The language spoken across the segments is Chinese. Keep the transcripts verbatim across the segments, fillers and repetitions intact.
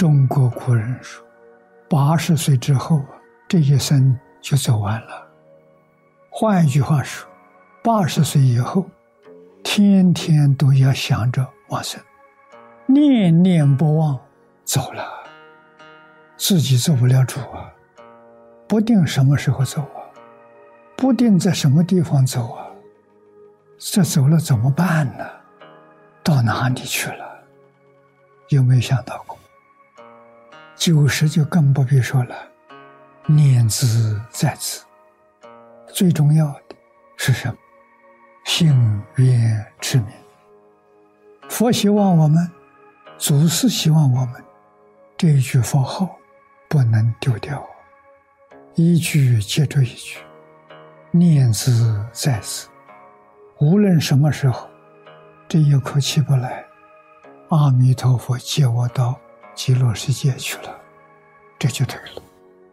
中国古人说，八十岁之后，这一生就走完了。换一句话说，八十岁以后，天天都要想着往生，念念不忘，走了，自己做不了主啊，不定什么时候走啊，不定在什么地方走啊，这走了怎么办呢？到哪里去了？有没有想到过？九十就更不必说了，念兹在兹。最重要的是什么？信愿持名。佛希望我们，祖师希望我们，这一句佛号不能丢掉，一句接着一句，念兹在兹。无论什么时候，这一口气不来，阿弥陀佛接我到极乐世界去了，这就对了。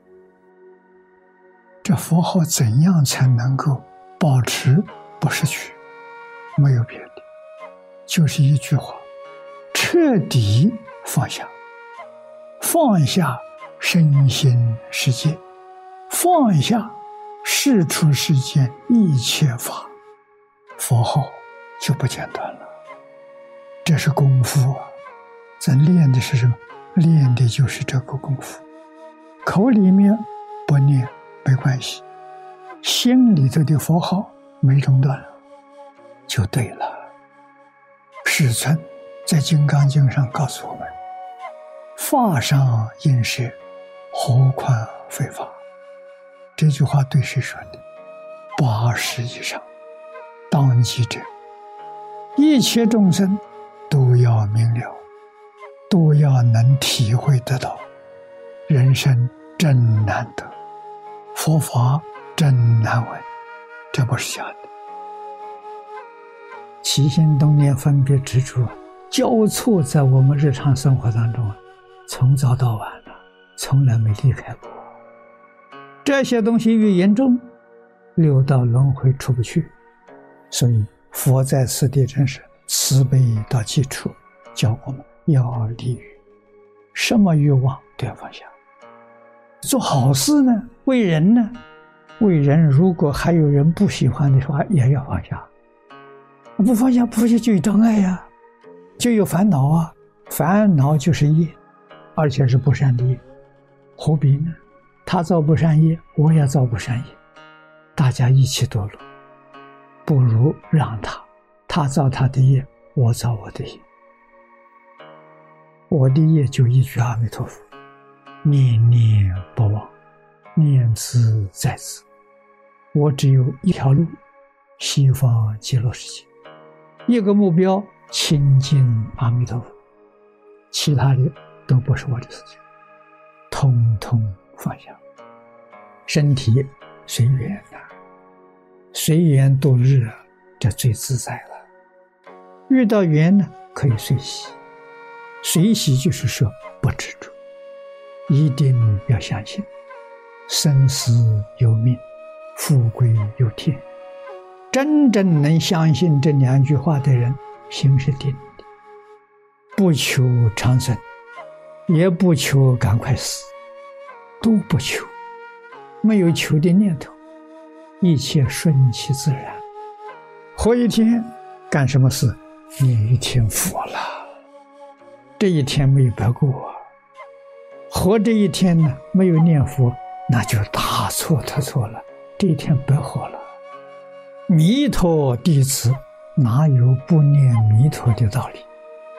这佛号怎样才能够保持不失去？没有别的，就是一句话：彻底放下，放下身心世界，放下世出世间一切法，佛号就不间断了。这是功夫啊！咱练的是什么？练的就是这个功夫。口里面不念没关系，心里头的佛号没中断了，就对了。世尊在《金刚经》上告诉我们：法上应舍，何况非法。这句话对谁说的？八十以上当机者，一切众生都要明了，都要能体会得到，人生真难得，佛法真难闻，这不是假的。起心动念分别执着交错在我们日常生活当中，从早到晚了，从来没离开过。这些东西越严重，六道轮回出不去。所以佛在此地真是慈悲到基础，教我们要立欲，什么欲望都要放下。做好事呢，为人呢，为人如果还有人不喜欢的话，也要放下。不放下，不放下就有障碍呀、啊，就有烦恼啊。烦恼就是业，而且是不善的业，何必呢？他造不善业，我也造不善业，大家一起堕落，不如让他，他造他的业，我造我的业。我的业就一句阿弥陀佛，念念不忘，念兹在兹。我只有一条路，西方极乐世界，一个目标，亲近阿弥陀佛，其他的都不是我的事情，通通放下。身体随缘呐、啊，随缘度日啊，这最自在了。遇到缘呢，可以随喜，随喜就是说不执着，一定要相信生死有命，富贵有天。真正能相信这两句话的人，心是定的，不求长生，也不求赶快死，都不求，没有求的念头，一切顺其自然。活一天干什么事？念一天佛了，这一天没有白过。活这一天呢，没有念佛，那就大错特错了，这一天白活了。弥陀弟子哪有不念弥陀的道理？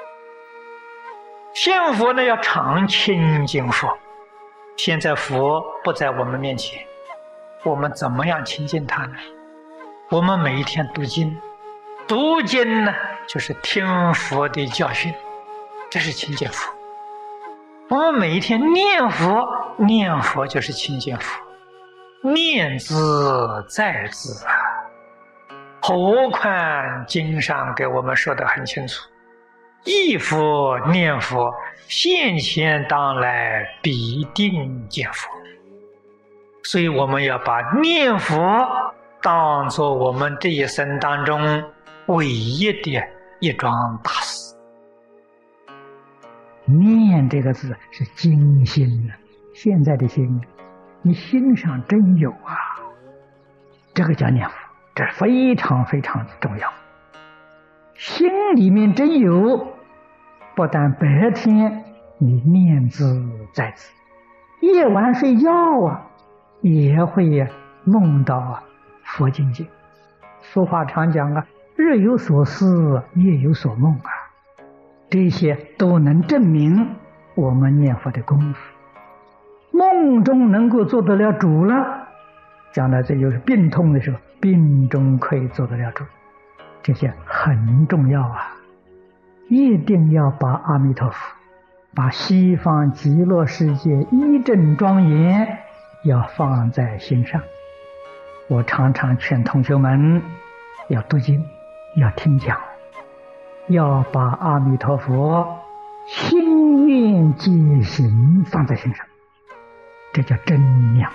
信佛呢，要常亲近佛。现在佛不在我们面前，我们怎么样亲近他呢？我们每一天读经，读经呢就是听佛的教训，这是亲近佛。我们每一天念佛，念佛就是亲近佛，念兹在兹啊。何况经上给我们说得很清楚，忆佛念佛，现前当来必定见佛。所以我们要把念佛当作我们这一生当中唯一的一桩大事。 念这个字是精心的，现在的心，你心上真有啊，这个叫念佛，这是非常非常重要。心里面真有，不但白天你念兹在兹，夜晚睡觉啊，也会梦到佛境界。俗话常讲啊，日有所思，夜有所梦啊，这些都能证明我们念佛的功夫。梦中能够做得了主了，将来这就是病痛的时候，病中可以做得了主，这些很重要啊！一定要把阿弥陀佛，把西方极乐世界一真庄严要放在心上。我常常劝同学们要读经，要听讲，要把阿弥陀佛心愿戒行放在心上，这叫真念佛。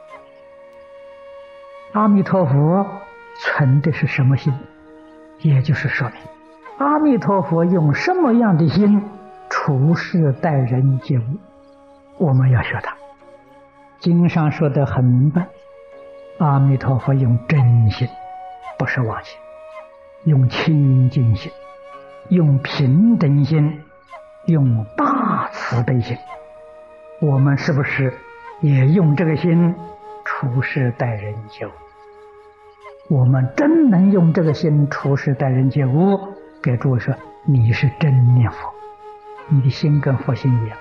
阿弥陀佛存的是什么心？也就是说明阿弥陀佛用什么样的心处事待人接物，我们要学他。经上说得很明白，阿弥陀佛用真心，不是妄心，用清净心，用平等心，用大慈悲心。我们是不是也用这个心处事待人接物？我们真能用这个心处事待人接物，给诸位说你是真念佛，你的心跟佛心一样。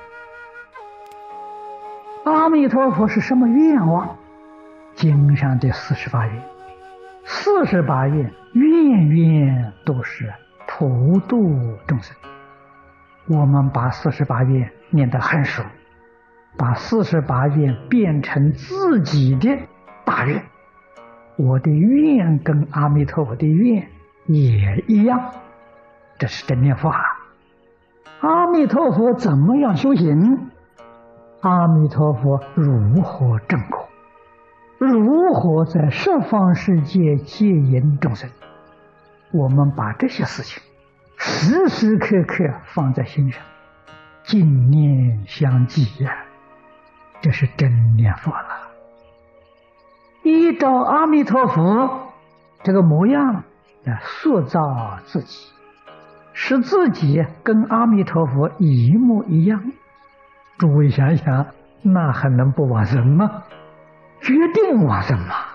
阿弥陀佛是什么愿望？经上的四十八愿，四十八愿愿愿都是普度众生。我们把四十八愿念得很熟，把四十八愿变成自己的大愿，我的愿跟阿弥陀佛的愿也一样，这是真念佛啊！阿弥陀佛怎么样修行？阿弥陀佛如何正果？如何在十方世界接引众生？我们把这些事情时时刻刻放在心上，净念相继呀，这是真念佛了。依照阿弥陀佛这个模样来塑造自己，使自己跟阿弥陀佛一模一样。诸位想想，那还能不往生吗？决定往生嘛！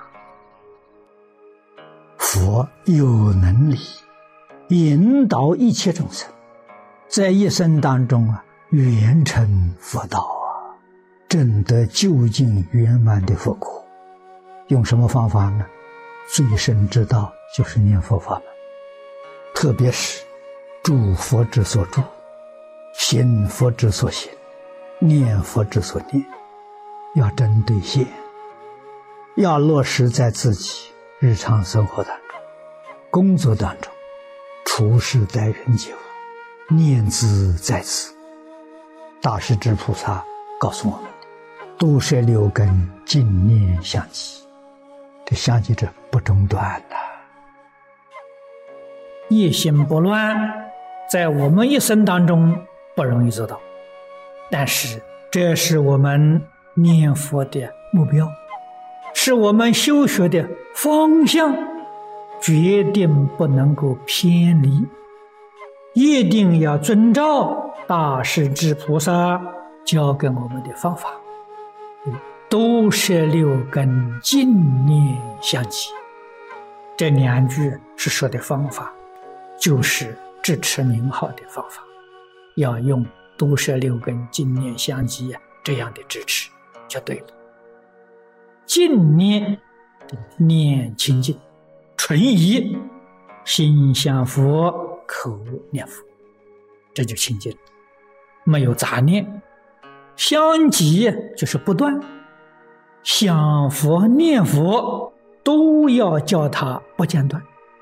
佛有能力引导一切众生，在一生当中啊，圆成佛道啊，证得究竟圆满的佛果。用什么方法呢？最深之道就是念佛法门，特别是住佛之所住，行佛之所行，念佛之所念，要针对现，要落实在自己日常生活当中、工作当中，处事待人接物，念兹在兹。大势至菩萨告诉我们的，都摄六根，净念相继，这相继着不中断的。 一心不乱，在我们一生当中不容易做到，但是这是我们念佛的目标，是我们修学的方向，决定不能够偏离，一定要遵照大势至菩萨教给我们的方法，都摄六根，净念相继。这两句是说的方法，就是支持名号的方法，要用都摄六根，净念相继这样的支持就对了。净念念清净纯一，心向佛，口念佛，这就清净，没有杂念。相继就是不断，想佛念佛都要叫他不间断。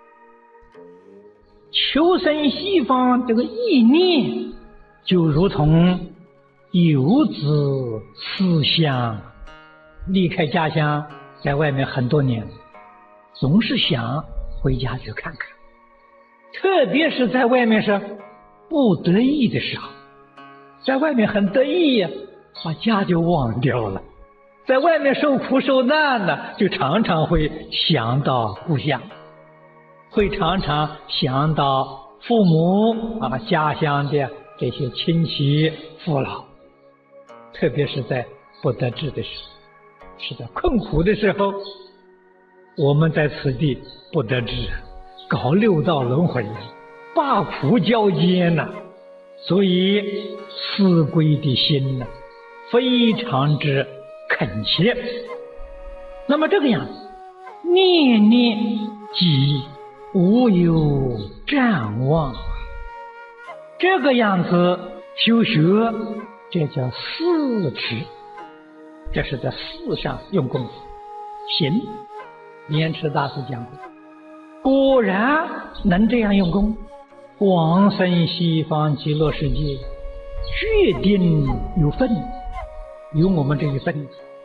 求生西方这个意念，就如同游子思乡，离开家乡，在外面很多年，总是想回家去看看，特别是在外面是不得已的时候， 在外面很得意呀，把家就忘掉了；在外面受苦受难呢，就常常会想到故乡，会常常想到父母啊、家乡的这些亲戚父老。特别是在不得志的时候，是在困苦的时候，我们在此地不得志，搞六道轮回，罢苦交煎呐、啊，所以思归的心呢、啊，非常之恳切。那么这个样子，念念记忆，无有瞻望，这个样子修学，这叫四持，这是在四上用功夫。行，莲池大师讲过，果然能这样用功，往生西方极乐世界，决定有份，有我们这一份子。